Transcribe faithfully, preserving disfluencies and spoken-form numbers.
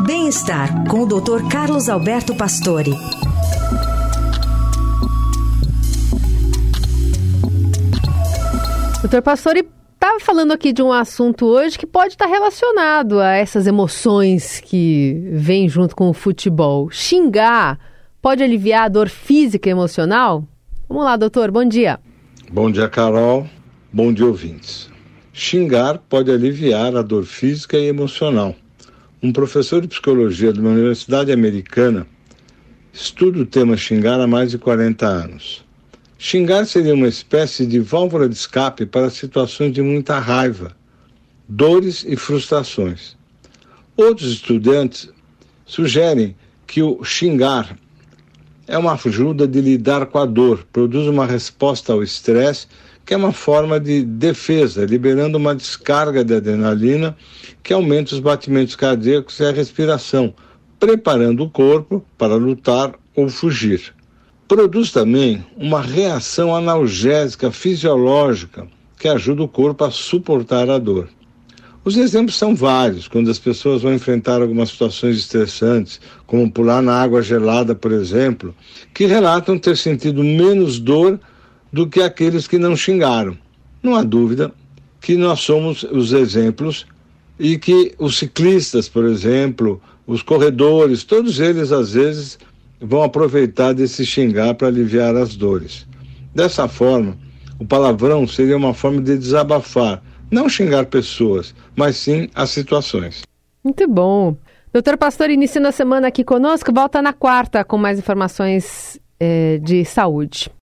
Bem-estar, com o doutor Carlos Alberto Pastore. doutor Pastore estava falando aqui de um assunto hoje que pode estar relacionado a essas emoções que vêm junto com o futebol. Xingar pode aliviar a dor física e emocional? Vamos lá, doutor, bom dia. Bom dia, Carol. Bom dia, ouvintes. Xingar pode aliviar a dor física e emocional. Um professor de psicologia de uma universidade americana estuda o tema xingar há mais de quarenta anos. Xingar seria uma espécie de válvula de escape para situações de muita raiva, dores e frustrações. Outros estudantes sugerem que o xingar é uma ajuda de lidar com a dor, produz uma resposta ao estresse, que é uma forma de defesa, liberando uma descarga de adrenalina que aumenta os batimentos cardíacos e a respiração, preparando o corpo para lutar ou fugir. Produz também uma reação analgésica fisiológica que ajuda o corpo a suportar a dor. Os exemplos são vários, quando as pessoas vão enfrentar algumas situações estressantes, como pular na água gelada, por exemplo, que relatam ter sentido menos dor do que aqueles que não xingaram. Não há dúvida que nós somos os exemplos e que os ciclistas, por exemplo, os corredores, todos eles às vezes vão aproveitar desse xingar para aliviar as dores. Dessa forma, o palavrão seria uma forma de desabafar, não xingar pessoas, mas sim as situações. Muito bom. doutor Pastore, iniciando a semana aqui conosco, volta na quarta com mais informações eh, de saúde.